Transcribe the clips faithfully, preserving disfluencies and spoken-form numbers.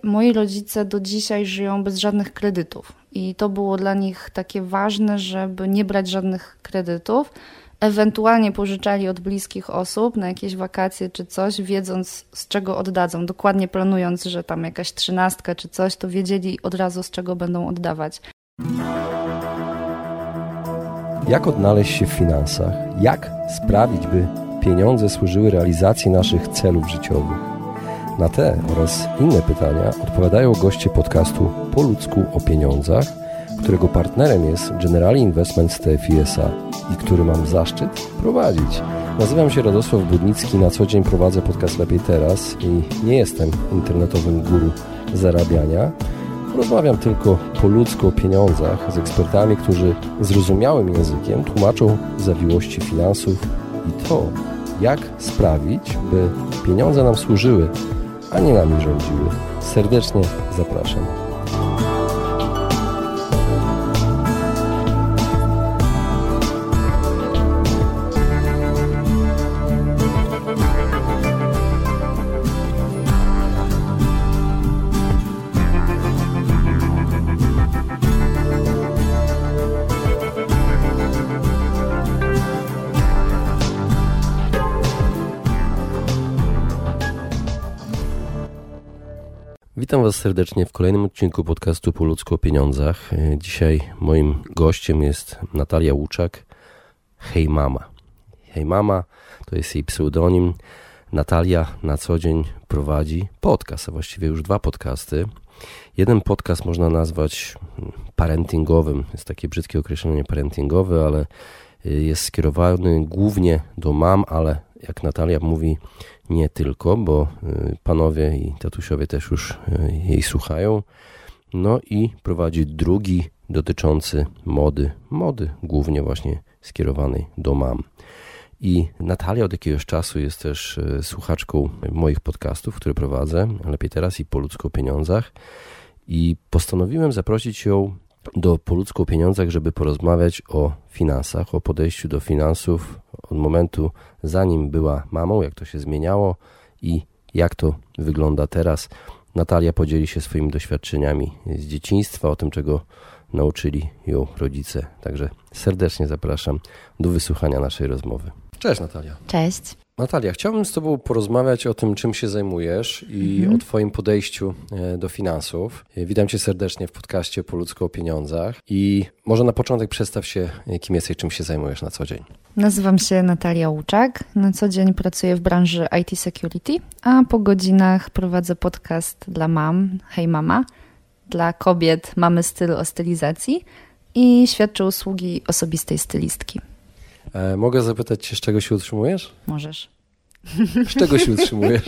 moi rodzice do dzisiaj żyją bez żadnych kredytów i to było dla nich takie ważne, żeby nie brać żadnych kredytów. Ewentualnie pożyczali od bliskich osób na jakieś wakacje czy coś, wiedząc z czego oddadzą. Dokładnie planując, że tam jakaś trzynastka czy coś, to wiedzieli od razu z czego będą oddawać. Jak odnaleźć się w finansach? Jak sprawić, by pieniądze służyły realizacji naszych celów życiowych? Na te oraz inne pytania odpowiadają goście podcastu Po ludzku o pieniądzach, którego partnerem jest Generali Investments T F I S A i który mam zaszczyt prowadzić. Nazywam się Radosław Budnicki, na co dzień prowadzę podcast Lepiej Teraz i nie jestem internetowym guru zarabiania. Rozmawiam tylko po ludzku o pieniądzach z ekspertami, którzy zrozumiałym językiem tłumaczą zawiłości finansów i to, jak sprawić, by pieniądze nam służyły, a nie nami rządziły. Serdecznie zapraszam. Witam Was serdecznie w kolejnym odcinku podcastu Po ludzku o pieniądzach. Dzisiaj moim gościem jest Natalia Łuczak, Hej Mama. Hej Mama to jest jej pseudonim. Natalia na co dzień prowadzi podcast, a właściwie już dwa podcasty. Jeden podcast można nazwać parentingowym, jest takie brzydkie określenie parentingowe, ale jest skierowany głównie do mam, ale jak Natalia mówi, nie tylko, bo panowie i tatusiowie też już jej słuchają. No i prowadzi drugi dotyczący mody, mody głównie właśnie skierowanej do mam. I Natalia od jakiegoś czasu jest też słuchaczką moich podcastów, które prowadzę, Lepiej Teraz i Po ludzku o pieniądzach. I postanowiłem zaprosić ją do Po ludzku o pieniądzach, żeby porozmawiać o finansach, o podejściu do finansów od momentu, zanim była mamą, jak to się zmieniało i jak to wygląda teraz. Natalia podzieli się swoimi doświadczeniami z dzieciństwa, o tym, czego nauczyli ją rodzice. Także serdecznie zapraszam do wysłuchania naszej rozmowy. Cześć Natalia. Cześć. Natalia, chciałbym z Tobą porozmawiać o tym, czym się zajmujesz i mhm. o Twoim podejściu do finansów. Witam Cię serdecznie w podcaście Po ludzku o pieniądzach i może na początek przedstaw się, kim jesteś, czym się zajmujesz na co dzień. Nazywam się Natalia Łuczak. Na co dzień pracuję w branży I T Security, a po godzinach prowadzę podcast dla mam, Hej Mama, dla kobiet Mamy styl o stylizacji i świadczę usługi osobistej stylistki. E, mogę zapytać Cię, z czego się utrzymujesz? Możesz. Z czego się utrzymujesz?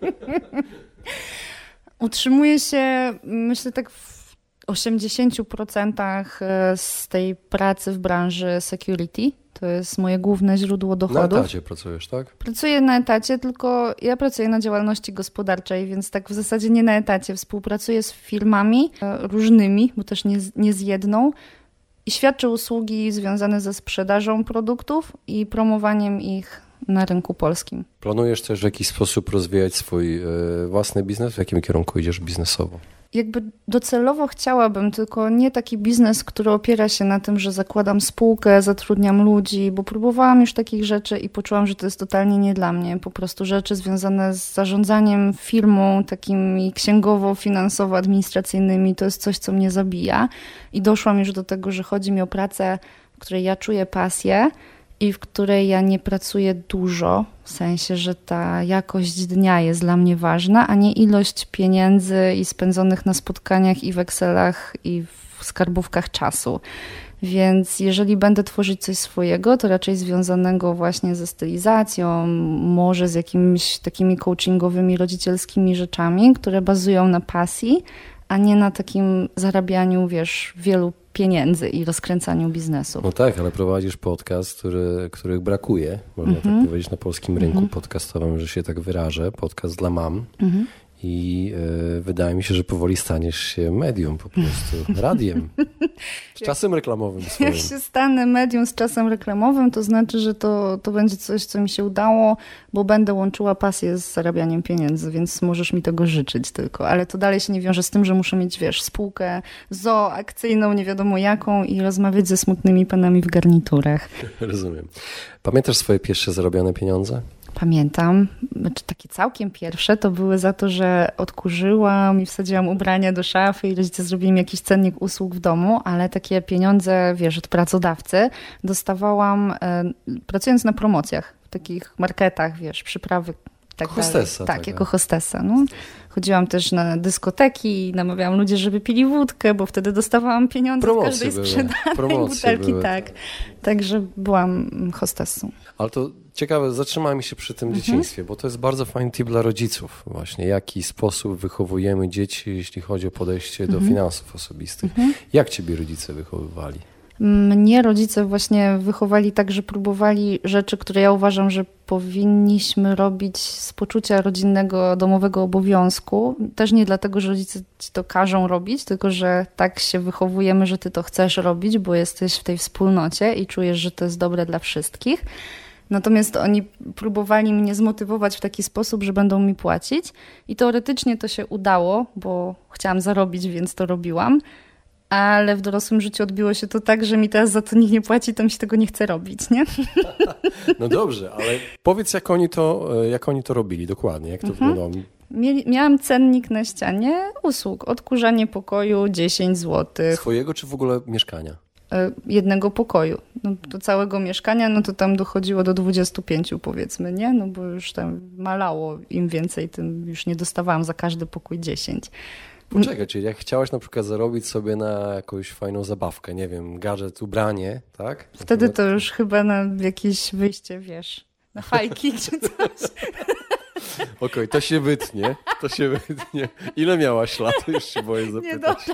Utrzymuję się, myślę, tak w osiemdziesiąt procent z tej pracy w branży security. To jest moje główne źródło dochodów. Na etacie pracujesz, tak? Pracuję na etacie, tylko ja pracuję na działalności gospodarczej, więc tak w zasadzie nie na etacie. Współpracuję z firmami różnymi, bo też nie, nie z jedną. I świadczę usługi związane ze sprzedażą produktów i promowaniem ich na rynku polskim. Planujesz też w jakiś sposób rozwijać swój y, własny biznes? W jakim kierunku idziesz biznesowo? Jakby docelowo chciałabym, tylko nie taki biznes, który opiera się na tym, że zakładam spółkę, zatrudniam ludzi, bo próbowałam już takich rzeczy i poczułam, że to jest totalnie nie dla mnie. Po prostu rzeczy związane z zarządzaniem firmą, takimi księgowo-finansowo-administracyjnymi, to jest coś, co mnie zabija. I doszłam już do tego, że chodzi mi o pracę, w której ja czuję pasję i w której ja nie pracuję dużo, w sensie, że ta jakość dnia jest dla mnie ważna, a nie ilość pieniędzy i spędzonych na spotkaniach i w Excelach i w skarbówkach czasu. Więc jeżeli będę tworzyć coś swojego, to raczej związanego właśnie ze stylizacją, może z jakimiś takimi coachingowymi, rodzicielskimi rzeczami, które bazują na pasji, a nie na takim zarabianiu, wiesz, wielu pieniędzy i rozkręcaniu biznesu. No tak, ale prowadzisz podcast, który, których brakuje, można mm-hmm. tak powiedzieć, na polskim rynku mm-hmm. podcastowym, że się tak wyrażę, podcast dla mam. Mm-hmm. I y, wydaje mi się, że powoli staniesz się medium po prostu, radiem. Z czasem reklamowym swoim. Jak się stanę medium z czasem reklamowym, to znaczy, że to, to będzie coś, co mi się udało, bo będę łączyła pasję z zarabianiem pieniędzy, więc możesz mi tego życzyć tylko. Ale to dalej się nie wiąże z tym, że muszę mieć, wiesz, spółkę zooakcyjną, nie wiadomo jaką i rozmawiać ze smutnymi panami w garniturach. Rozumiem. Pamiętasz swoje pierwsze zarobione pieniądze? Pamiętam, znaczy takie całkiem pierwsze to były za to, że odkurzyłam i wsadziłam ubrania do szafy i rodzice zrobili mi jakiś cennik usług w domu, ale takie pieniądze, wiesz, od pracodawcy dostawałam e, pracując na promocjach, w takich marketach, wiesz, przyprawy. Tak hostessa. Tak, taka. Jako hostessa. No. Chodziłam też na dyskoteki i namawiałam ludzi, żeby pili wódkę, bo wtedy dostawałam pieniądze Promocje w każdej były. sprzedanej Promocje butelki. były, tak. tak. Także byłam hostessą. Ale to ciekawe, zatrzymajmy się przy tym mhm. dzieciństwie, bo to jest bardzo fajny tip dla rodziców właśnie, jaki sposób wychowujemy dzieci, jeśli chodzi o podejście mhm. do finansów osobistych. Mhm. Jak ciebie rodzice wychowywali? Mnie rodzice właśnie wychowali tak, że próbowali rzeczy, które ja uważam, że powinniśmy robić z poczucia rodzinnego, domowego obowiązku. Też nie dlatego, że rodzice ci to każą robić, tylko że tak się wychowujemy, że ty to chcesz robić, bo jesteś w tej wspólnocie i czujesz, że to jest dobre dla wszystkich. Natomiast oni próbowali mnie zmotywować w taki sposób, że będą mi płacić i teoretycznie to się udało, bo chciałam zarobić, więc to robiłam. Ale w dorosłym życiu odbiło się to tak, że mi teraz za to nikt nie płaci, to mi się tego nie chce robić, nie? No dobrze, ale powiedz, jak oni to, jak oni to robili dokładnie, jak to mhm. wyglądało? Miałam cennik na ścianie usług, odkurzanie pokoju dziesięć złotych. Swojego czy w ogóle mieszkania? Jednego pokoju. No, do całego mieszkania, no to tam dochodziło do dwudziestu pięciu powiedzmy, nie? No bo już tam malało, im więcej, tym już nie dostawałam za każdy pokój dziesięć. Poczekaj, czyli jak chciałaś na przykład zarobić sobie na jakąś fajną zabawkę, nie wiem, gadżet, ubranie, tak? Wtedy to już chyba na jakieś wyjście, wiesz, na fajki czy coś. Okej, okay, to się wytnie, to się wytnie. Ile miałaś lat? Już się boję zapytać. Nie, dobrze.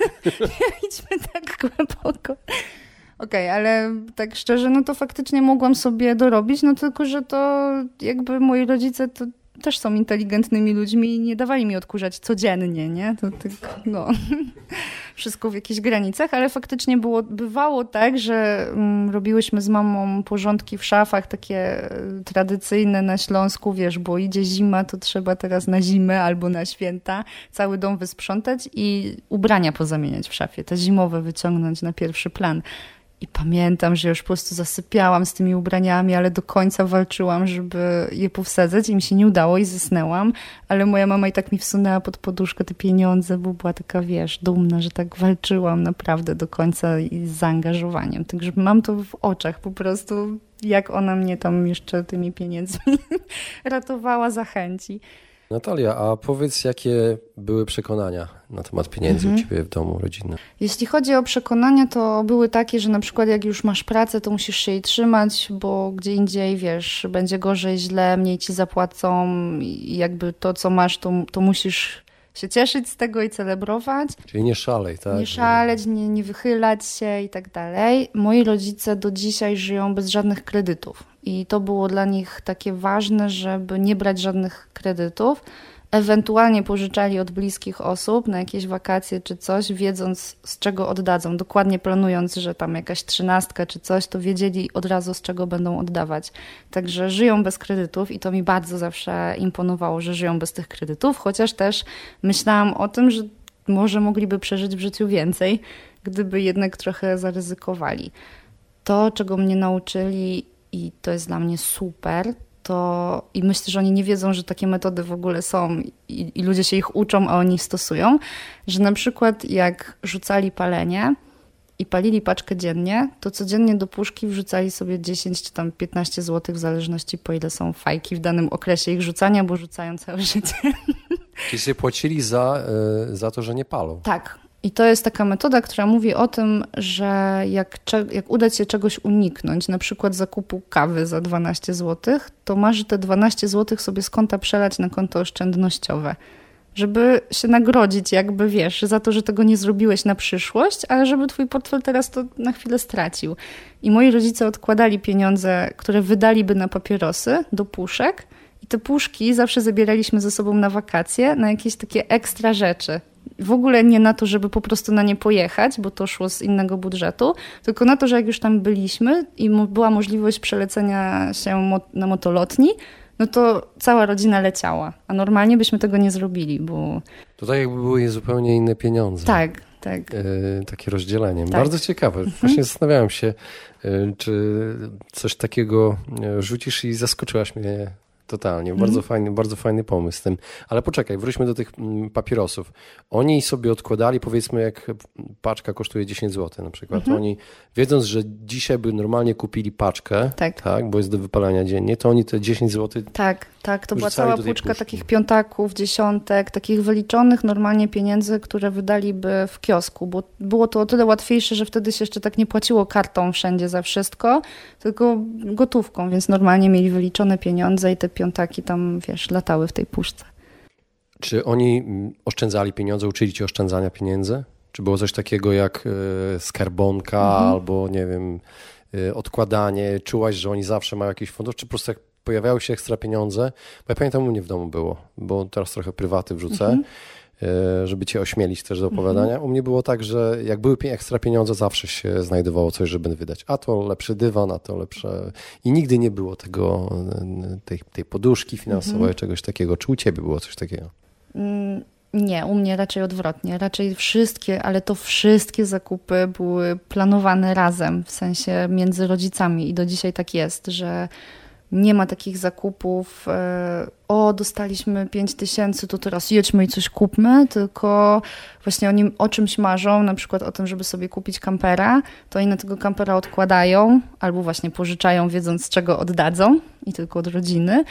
Nie idźmy tak głęboko. Okej, okay, ale tak szczerze, no to faktycznie mogłam sobie dorobić, no tylko, że to jakby moi rodzice to też są inteligentnymi ludźmi i nie dawali mi odkurzać codziennie, nie? To tak, no, wszystko w jakichś granicach, ale faktycznie było, bywało tak, że mm, robiłyśmy z mamą porządki w szafach, takie tradycyjne na Śląsku, wiesz, bo idzie zima, to trzeba teraz na zimę albo na święta cały dom wysprzątać i ubrania pozamieniać w szafie, te zimowe wyciągnąć na pierwszy plan. I pamiętam, że już po prostu zasypiałam z tymi ubraniami, ale do końca walczyłam, żeby je powsadzać i mi się nie udało i zasnęłam, ale moja mama i tak mi wsunęła pod poduszkę te pieniądze, bo była taka, wiesz, dumna, że tak walczyłam naprawdę do końca i z zaangażowaniem. Także mam to w oczach po prostu, jak ona mnie tam jeszcze tymi pieniędzmi ratowała za chęci. Natalia, a powiedz, jakie były przekonania na temat pieniędzy mhm. u ciebie w domu rodzinnym? Jeśli chodzi o przekonania, to były takie, że na przykład jak już masz pracę, to musisz się jej trzymać, bo gdzie indziej, wiesz, będzie gorzej, źle, mniej ci zapłacą i jakby to, co masz, to, to musisz się cieszyć z tego i celebrować. Czyli nie szalej, tak? Nie szaleć, nie, nie wychylać się i tak dalej. Moi rodzice do dzisiaj żyją bez żadnych kredytów. I to było dla nich takie ważne, żeby nie brać żadnych kredytów. Ewentualnie pożyczali od bliskich osób na jakieś wakacje czy coś, wiedząc z czego oddadzą. Dokładnie planując, że tam jakaś trzynastka czy coś, to wiedzieli od razu z czego będą oddawać. Także żyją bez kredytów i to mi bardzo zawsze imponowało, że żyją bez tych kredytów, chociaż też myślałam o tym, że może mogliby przeżyć w życiu więcej, gdyby jednak trochę zaryzykowali. To, czego mnie nauczyli i to jest dla mnie super, to i myślę, że oni nie wiedzą, że takie metody w ogóle są i, i ludzie się ich uczą, a oni ich stosują, że na przykład jak rzucali palenie i palili paczkę dziennie, to codziennie do puszki wrzucali sobie dziesięć czy tam piętnaście złotych w zależności po ile są fajki w danym okresie ich rzucania, bo rzucają całe życie. Czyli sobie płacili za, y, za to, że nie palą. Tak. I to jest taka metoda, która mówi o tym, że jak, jak uda ci się czegoś uniknąć, na przykład zakupu kawy za dwanaście złotych, to masz te dwanaście złotych sobie z konta przelać na konto oszczędnościowe, żeby się nagrodzić jakby, wiesz, za to, że tego nie zrobiłeś na przyszłość, ale żeby twój portfel teraz to na chwilę stracił. I moi rodzice odkładali pieniądze, które wydaliby na papierosy do puszek i te puszki zawsze zabieraliśmy ze sobą na wakacje, na jakieś takie ekstra rzeczy. w ogóle nie na to, żeby po prostu na nie pojechać, bo to szło z innego budżetu, tylko na to, że jak już tam byliśmy i była możliwość przelecenia się na motolotni, no to cała rodzina leciała, a normalnie byśmy tego nie zrobili, bo... To tak jakby były zupełnie inne pieniądze. Tak, tak. E, takie rozdzielenie. Tak. Bardzo ciekawe. Mhm. Właśnie zastanawiałem się, e, czy coś takiego rzucisz i zaskoczyłaś mnie totalnie. Bardzo mhm. fajny, bardzo fajny pomysł z tym. Ale poczekaj, wróćmy do tych papierosów. Oni sobie odkładali, powiedzmy, jak paczka kosztuje dziesięć złotych na przykład. Mhm. Oni, wiedząc, że dzisiaj by normalnie kupili paczkę, tak. tak, bo jest do wypalania dziennie, to oni te dziesięć złotych Tak, tak. To była cała puszka takich piątaków, dziesiątek, takich wyliczonych normalnie pieniędzy, które wydaliby w kiosku, bo było to o tyle łatwiejsze, że wtedy się jeszcze tak nie płaciło kartą wszędzie za wszystko, tylko gotówką, więc normalnie mieli wyliczone pieniądze i te piątaki tam, wiesz, latały w tej puszce. Czy oni oszczędzali pieniądze, uczyli cię oszczędzania pieniędzy? Czy było coś takiego jak y, skarbonka mhm. albo, nie wiem, y, odkładanie? Czułaś, że oni zawsze mają jakiś fundusz? Czy po prostu jak pojawiały się ekstra pieniądze? Bo ja pamiętam, u mnie w domu było, bo teraz trochę prywaty wrzucę, mhm. y, żeby cię ośmielić też do opowiadania. Mhm. U mnie było tak, że jak były ekstra pieniądze, zawsze się znajdowało coś, żeby wydać. A to lepszy dywan, a to lepsze... I nigdy nie było tego, tej, tej poduszki finansowej, mhm. czegoś takiego. Czy u ciebie było coś takiego? Mm. Nie, u mnie raczej odwrotnie. Raczej wszystkie, ale to wszystkie zakupy były planowane razem, w sensie między rodzicami i do dzisiaj tak jest, że nie ma takich zakupów, o dostaliśmy pięć tysięcy, to teraz jedźmy i coś kupmy, tylko właśnie oni o czymś marzą, na przykład o tym, żeby sobie kupić kampera, to oni na tego kampera odkładają albo właśnie pożyczają, wiedząc z czego oddadzą i tylko od rodziny.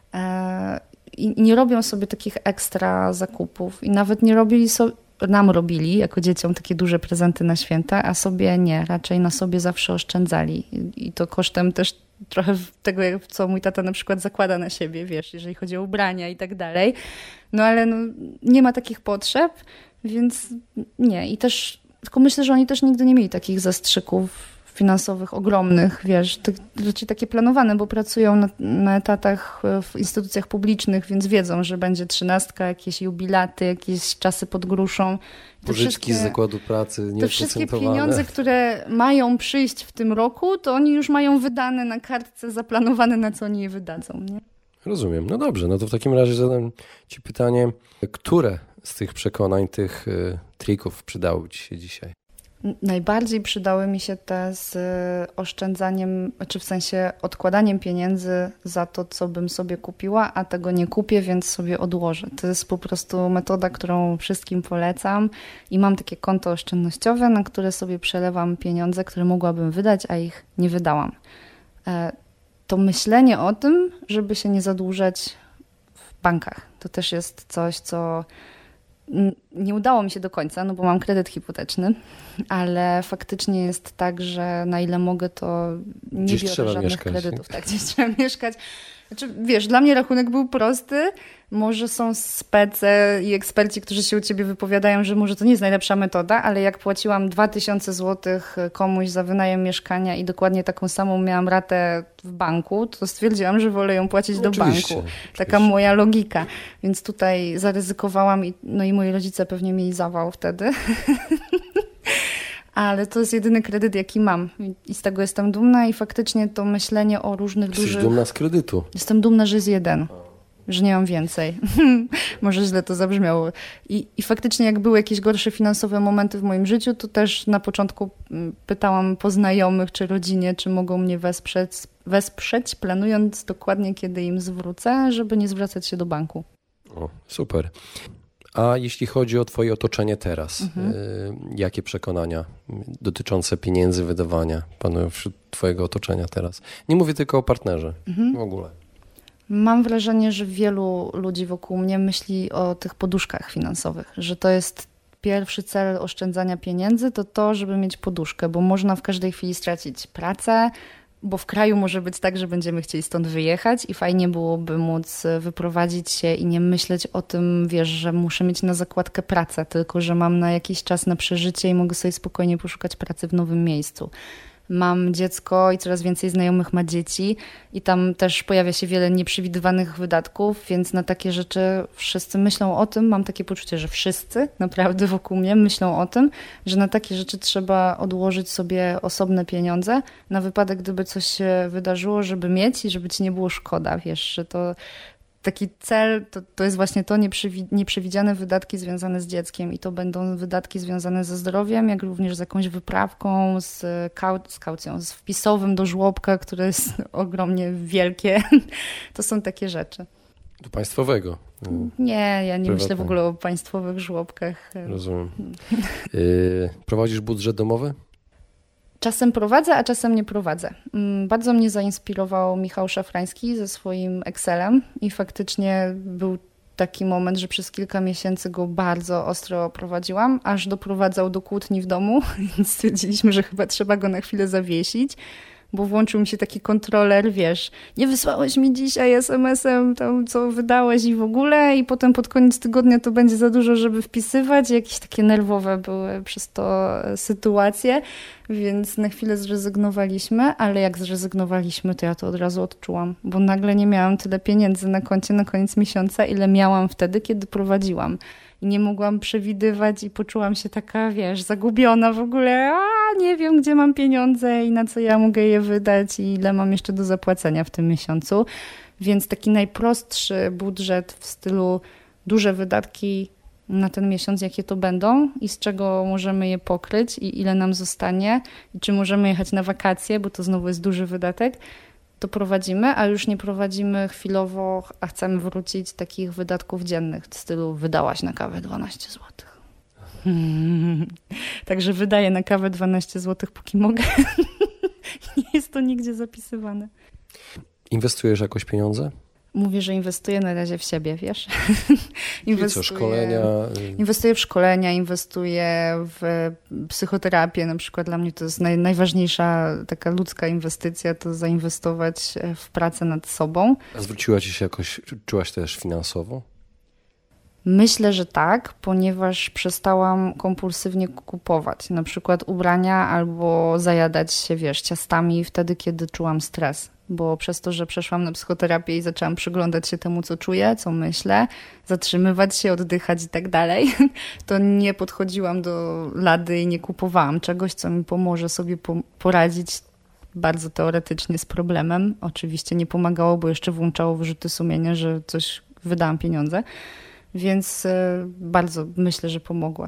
I nie robią sobie takich ekstra zakupów i nawet nie robili sobie, nam robili jako dzieciom takie duże prezenty na święta, a sobie nie, raczej na sobie zawsze oszczędzali i to kosztem też trochę tego, co mój tata na przykład zakłada na siebie, wiesz, jeżeli chodzi o ubrania i tak dalej, no ale no, nie ma takich potrzeb, więc nie i też, tylko myślę, że oni też nigdy nie mieli takich zastrzyków finansowych ogromnych, wiesz, raczej takie planowane, bo pracują na, na etatach w instytucjach publicznych, więc wiedzą, że będzie trzynastka, jakieś jubilaty, jakieś czasy pod gruszą. Pożyczki z zakładu pracy. Te wszystkie pieniądze, które mają przyjść w tym roku, to oni już mają wydane na kartce, zaplanowane, na co oni je wydadzą. Nie? Rozumiem. No dobrze, no to w takim razie zadam ci pytanie, które z tych przekonań, tych y, trików przydały ci się dzisiaj? Najbardziej przydały mi się te z oszczędzaniem, czy w sensie odkładaniem pieniędzy za to, co bym sobie kupiła, a tego nie kupię, więc sobie odłożę. To jest po prostu metoda, którą wszystkim polecam i mam takie konto oszczędnościowe, na które sobie przelewam pieniądze, które mogłabym wydać, a ich nie wydałam. To myślenie o tym, żeby się nie zadłużać w bankach, to też jest coś, co nie udało mi się do końca, no bo mam kredyt hipoteczny, ale faktycznie jest tak, że na ile mogę, to nie gdzieś biorę trzeba żadnych mieszkać, kredytów. Tak, gdzieś trzeba mieszkać. Znaczy, wiesz, dla mnie rachunek był prosty. Może są spece i eksperci, którzy się u ciebie wypowiadają, że może to nie jest najlepsza metoda, ale jak płaciłam dwa tysiące złotych komuś za wynajem mieszkania i dokładnie taką samą miałam ratę w banku, to stwierdziłam, że wolę ją płacić no, do oczywiście, banku. oczywiście. Taka moja logika. Więc tutaj zaryzykowałam i, no i moi rodzice pewnie mieli zawał wtedy. Ale to jest jedyny kredyt, jaki mam i z tego jestem dumna i faktycznie to myślenie o różnych Jesteś dużych... dumna z kredytu? Jestem dumna, że jest jeden, że nie mam więcej. Może źle to zabrzmiało. I, I faktycznie jak były jakieś gorsze finansowe momenty w moim życiu, to też na początku pytałam po znajomych czy rodzinie, czy mogą mnie wesprzeć, wesprzeć, planując dokładnie, kiedy im zwrócę, żeby nie zwracać się do banku. O, super. A jeśli chodzi o twoje otoczenie teraz, mhm. y, jakie przekonania dotyczące pieniędzy, wydawania panują wśród twojego otoczenia teraz? Nie mówię tylko o partnerze, mhm. w ogóle. Mam wrażenie, że wielu ludzi wokół mnie myśli o tych poduszkach finansowych, że to jest pierwszy cel oszczędzania pieniędzy, to to, żeby mieć poduszkę, bo można w każdej chwili stracić pracę, bo w kraju może być tak, że będziemy chcieli stąd wyjechać i fajnie byłoby móc wyprowadzić się i nie myśleć o tym, wiesz, że muszę mieć na zakładkę pracę, tylko że mam na jakiś czas na przeżycie i mogę sobie spokojnie poszukać pracy w nowym miejscu. mam dziecko i coraz więcej znajomych ma dzieci i tam też pojawia się wiele nieprzewidywanych wydatków, więc na takie rzeczy wszyscy myślą o tym, mam takie poczucie, że wszyscy naprawdę wokół mnie myślą o tym, że na takie rzeczy trzeba odłożyć sobie osobne pieniądze na wypadek, gdyby coś się wydarzyło, żeby mieć i żeby ci nie było szkoda, wiesz, że to taki cel to, to jest właśnie to nieprzewi- nieprzewidziane wydatki związane z dzieckiem i to będą wydatki związane ze zdrowiem, jak również z jakąś wyprawką, z, kau- z kaucją, z wpisowym do żłobka, które jest ogromnie wielkie. To są takie rzeczy. Do państwowego? Nie, ja nie Prywatnego. myślę w ogóle o państwowych żłobkach. Rozumiem. Yy, prowadzisz budżet domowy? Czasem prowadzę, a czasem nie prowadzę. Bardzo mnie zainspirował Michał Szafrański ze swoim Excelem i faktycznie był taki moment, że przez kilka miesięcy go bardzo ostro prowadziłam, aż doprowadzał do kłótni w domu, więc stwierdziliśmy, że chyba trzeba go na chwilę zawiesić, bo włączył mi się taki kontroler, wiesz, nie wysłałeś mi dzisiaj es em esem tam, co wydałeś i w ogóle i potem pod koniec tygodnia to będzie za dużo, żeby wpisywać. Jakieś takie nerwowe były przez to sytuacje, więc na chwilę zrezygnowaliśmy, ale jak zrezygnowaliśmy, to ja to od razu odczułam, bo nagle nie miałam tyle pieniędzy na koncie na koniec miesiąca, ile miałam wtedy, kiedy prowadziłam. I nie mogłam przewidywać i poczułam się taka, wiesz, zagubiona w ogóle, a nie wiem, gdzie mam pieniądze i na co ja mogę je wydać i ile mam jeszcze do zapłacenia w tym miesiącu. Więc taki najprostszy budżet w stylu duże wydatki na ten miesiąc, jakie to będą i z czego możemy je pokryć i ile nam zostanie i czy możemy jechać na wakacje, bo to znowu jest duży wydatek, to prowadzimy, a już nie prowadzimy chwilowo, a chcemy wrócić takich wydatków dziennych w stylu wydałaś na kawę dwanaście złotych. Hmm. Także wydaję na kawę dwanaście złotych, póki mogę. Nie jest to nigdzie zapisywane. Inwestujesz jakoś pieniądze? Mówię, że inwestuję na razie w siebie, wiesz? Inwestuję, co, szkolenia? Inwestuję w szkolenia, inwestuję w psychoterapię. Na przykład dla mnie to jest naj, najważniejsza taka ludzka inwestycja, to zainwestować w pracę nad sobą. A zwróciła ci się jakoś, czułaś też finansowo? Myślę, że tak, ponieważ przestałam kompulsywnie kupować. Na przykład ubrania albo zajadać się, wiesz, ciastami wtedy, kiedy czułam stres. Bo przez to, że przeszłam na psychoterapię i zaczęłam przyglądać się temu, co czuję, co myślę, zatrzymywać się, oddychać i tak dalej, to nie podchodziłam do lady i nie kupowałam czegoś, co mi pomoże sobie poradzić bardzo teoretycznie z problemem. Oczywiście nie pomagało, bo jeszcze włączało wyrzuty sumienia, że coś wydałam pieniądze. Więc bardzo myślę, że pomogła.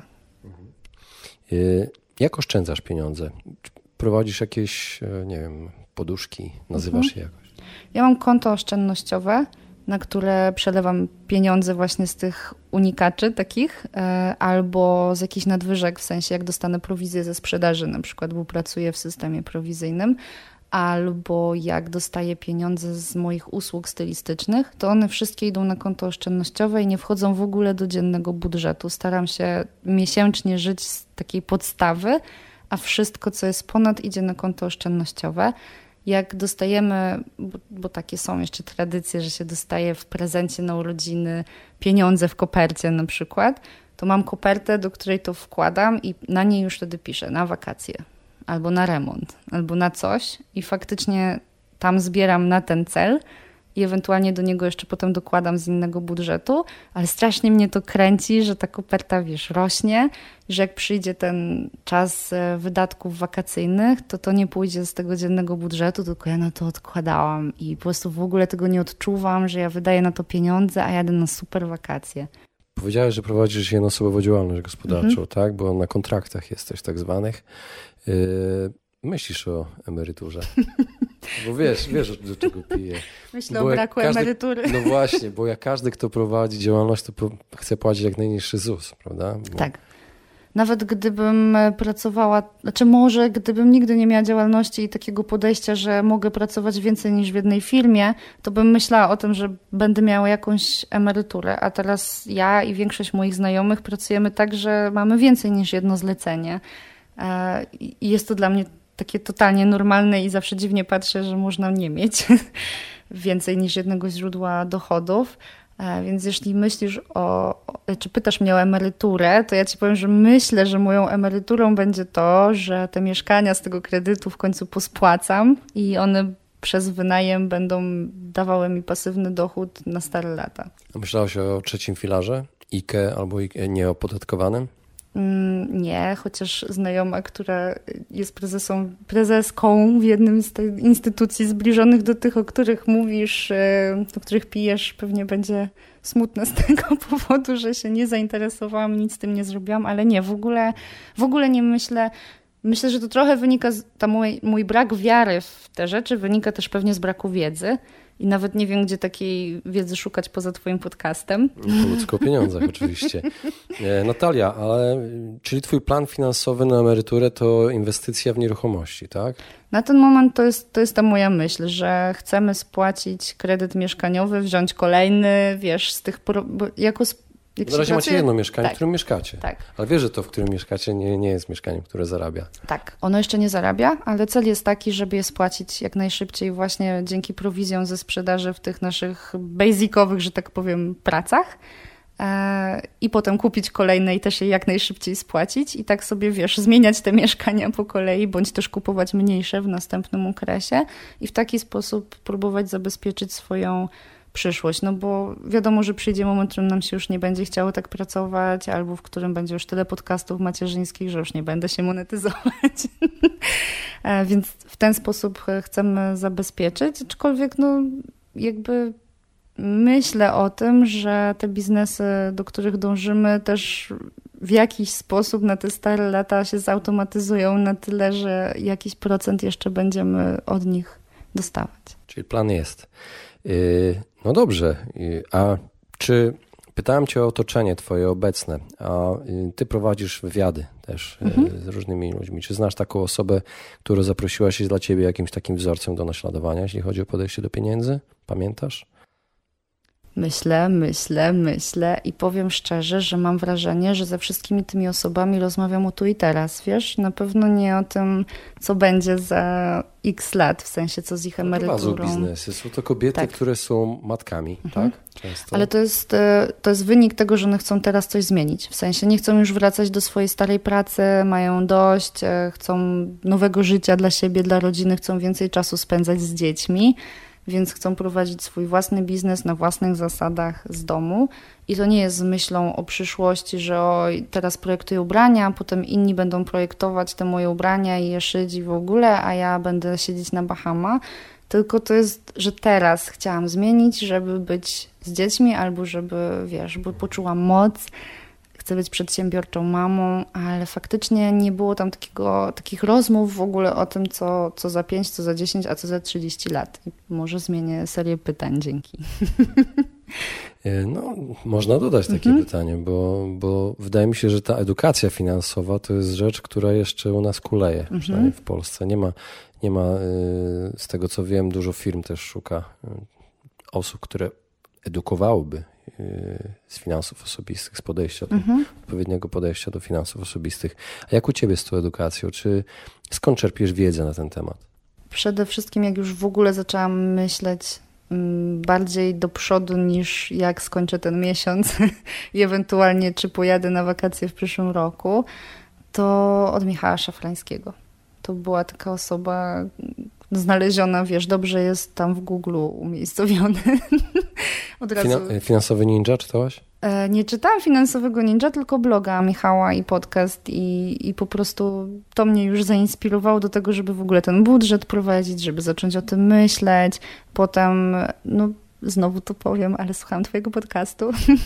Jak oszczędzasz pieniądze? Prowadzisz jakieś, nie wiem, poduszki, nazywasz mhm. je jakoś? Ja mam konto oszczędnościowe, na które przelewam pieniądze właśnie z tych unikaczy takich, albo z jakichś nadwyżek, w sensie jak dostanę prowizję ze sprzedaży na przykład, bo pracuję w systemie prowizyjnym, albo jak dostaję pieniądze z moich usług stylistycznych, to one wszystkie idą na konto oszczędnościowe i nie wchodzą w ogóle do dziennego budżetu. Staram się miesięcznie żyć z takiej podstawy, a wszystko, co jest ponad, idzie na konto oszczędnościowe. Jak dostajemy, bo, bo takie są jeszcze tradycje, że się dostaje w prezencie na urodziny pieniądze w kopercie na przykład, to mam kopertę, do której to wkładam i na niej już wtedy piszę na wakacje, albo na remont, albo na coś i faktycznie tam zbieram na ten cel i ewentualnie do niego jeszcze potem dokładam z innego budżetu, ale strasznie mnie to kręci, że ta koperta, wiesz, rośnie, że jak przyjdzie ten czas wydatków wakacyjnych, to to nie pójdzie z tego dziennego budżetu, tylko ja na to odkładałam i po prostu w ogóle tego nie odczuwam, że ja wydaję na to pieniądze, a jadę na super wakacje. Powiedziałeś, że prowadzisz jednoosobową działalność gospodarczą, mhm. tak? Bo na kontraktach jesteś tak zwanych. Yy, myślisz o emeryturze? Bo wiesz, wiesz do czego piję. Myślę bo o braku każdy, emerytury. No właśnie, bo jak każdy, kto prowadzi działalność, to chce płacić jak najniższy ZUS, prawda? Bo... Tak. Nawet gdybym pracowała, znaczy może gdybym nigdy nie miała działalności i takiego podejścia, że mogę pracować więcej niż w jednej firmie, to bym myślała o tym, że będę miała jakąś emeryturę. A teraz ja i większość moich znajomych pracujemy tak, że mamy więcej niż jedno zlecenie. I jest to dla mnie takie totalnie normalne i zawsze dziwnie patrzę, że można nie mieć więcej niż jednego źródła dochodów. Więc jeśli myślisz o, czy pytasz mnie o emeryturę, to ja ci powiem, że myślę, że moją emeryturą będzie to, że te mieszkania z tego kredytu w końcu pospłacam i one przez wynajem będą dawały mi pasywny dochód na stare lata. A myślałaś o trzecim filarze? I K E albo I K E nieopodatkowanym? Nie, chociaż znajoma, która jest prezesą, prezeską w jednym z tych instytucji zbliżonych do tych, o których mówisz, o których pijesz, pewnie będzie smutna z tego powodu, że się nie zainteresowałam, nic z tym nie zrobiłam, ale nie, w ogóle, w ogóle nie myślę. Myślę, że to trochę wynika, z, ta mój, mój brak wiary w te rzeczy wynika też pewnie z braku wiedzy. I nawet nie wiem, gdzie takiej wiedzy szukać poza twoim podcastem. Po ludzko o pieniądzach oczywiście. Natalia, ale czyli twój plan finansowy na emeryturę to inwestycja w nieruchomości, tak? Na ten moment to jest, to jest ta moja myśl, że chcemy spłacić kredyt mieszkaniowy, wziąć kolejny, wiesz, z tych... Bo jako Jak Na razie macie jedno mieszkanie, tak. w którym mieszkacie. Tak. Ale wiesz, że to, w którym mieszkacie, nie, nie jest mieszkaniem, które zarabia. Tak, ono jeszcze nie zarabia, ale cel jest taki, żeby je spłacić jak najszybciej właśnie dzięki prowizjom ze sprzedaży w tych naszych basicowych, że tak powiem, pracach. I potem kupić kolejne i też je jak najszybciej spłacić i tak sobie, wiesz, zmieniać te mieszkania po kolei, bądź też kupować mniejsze w następnym okresie i w taki sposób próbować zabezpieczyć swoją przyszłość, no bo wiadomo, że przyjdzie moment, w którym nam się już nie będzie chciało tak pracować, albo w którym będzie już tyle podcastów macierzyńskich, że już nie będę się monetyzować. Więc w ten sposób chcemy zabezpieczyć, aczkolwiek no jakby myślę o tym, że te biznesy, do których dążymy, też w jakiś sposób na te stare lata się zautomatyzują na tyle, że jakiś procent jeszcze będziemy od nich dostawać. Czyli plan jest. No dobrze, a czy pytałem cię o otoczenie twoje obecne, a ty prowadzisz wywiady też mhm. z różnymi ludźmi. Czy znasz taką osobę, która zaprosiła się dla ciebie jakimś takim wzorcem do naśladowania, jeśli chodzi o podejście do pieniędzy? Pamiętasz? Myślę, myślę, myślę i powiem szczerze, że mam wrażenie, że ze wszystkimi tymi osobami rozmawiam o tu i teraz, wiesz? Na pewno nie o tym, co będzie za x lat, w sensie co z ich emeryturą. Prowadzą biznesy. Są to kobiety, tak. które są matkami, mhm. tak? Często. Ale to jest, to jest wynik tego, że one chcą teraz coś zmienić. W sensie nie chcą już wracać do swojej starej pracy, mają dość, chcą nowego życia dla siebie, dla rodziny, chcą więcej czasu spędzać z dziećmi. Więc chcą prowadzić swój własny biznes na własnych zasadach z domu. I to nie jest z myślą o przyszłości, że oj, teraz projektuję ubrania, potem inni będą projektować te moje ubrania i je szyć i w ogóle, a ja będę siedzieć na Bahama. Tylko to jest, że teraz chciałam zmienić, żeby być z dziećmi albo żeby, wiesz, bo poczułam moc. Chcę być przedsiębiorczą mamą, ale faktycznie nie było tam takiego, takich rozmów w ogóle o tym, co, co za pięć, co za dziesięć, a co za trzydzieści lat. I może zmienię serię pytań dzięki. No, można dodać takie mhm. pytanie, bo, bo wydaje mi się, że ta edukacja finansowa to jest rzecz, która jeszcze u nas kuleje, mhm. przynajmniej w Polsce. Nie ma, nie ma, z tego co wiem, dużo firm też szuka osób, które edukowałyby z finansów osobistych, z podejścia do, mhm. odpowiedniego podejścia do finansów osobistych. A jak u ciebie z tą edukacją? Czy skąd czerpiesz wiedzę na ten temat? Przede wszystkim jak już w ogóle zaczęłam myśleć bardziej do przodu niż jak skończę ten miesiąc i ewentualnie czy pojadę na wakacje w przyszłym roku, to od Michała Szafrańskiego. To była taka osoba znaleziona, wiesz, dobrze jest tam w Google umiejscowiony. Od razu. Fina- finansowy Ninja czytałaś? E, nie czytałam Finansowego Ninja, tylko bloga Michała i podcast i, i po prostu to mnie już zainspirowało do tego, żeby w ogóle ten budżet prowadzić, żeby zacząć o tym myśleć. Potem, no znowu to powiem, ale słuchałam twojego podcastu.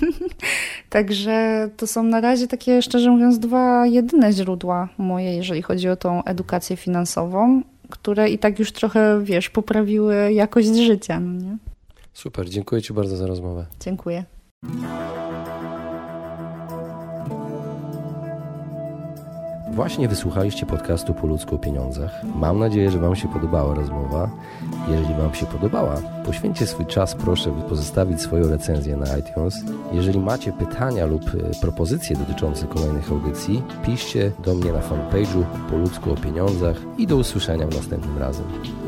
Także to są na razie takie, szczerze mówiąc, dwa jedyne źródła moje, jeżeli chodzi o tą edukację finansową, które i tak już trochę, wiesz, poprawiły jakość życia, no nie? Super, dziękuję ci bardzo za rozmowę. Dziękuję. Właśnie wysłuchaliście podcastu Po ludzku o pieniądzach. Mam nadzieję, że wam się podobała rozmowa. Jeżeli wam się podobała, poświęćcie swój czas, proszę, by pozostawić swoją recenzję na iTunes. Jeżeli macie pytania lub propozycje dotyczące kolejnych audycji, piszcie do mnie na fanpage'u Po ludzku o pieniądzach i do usłyszenia w następnym razem.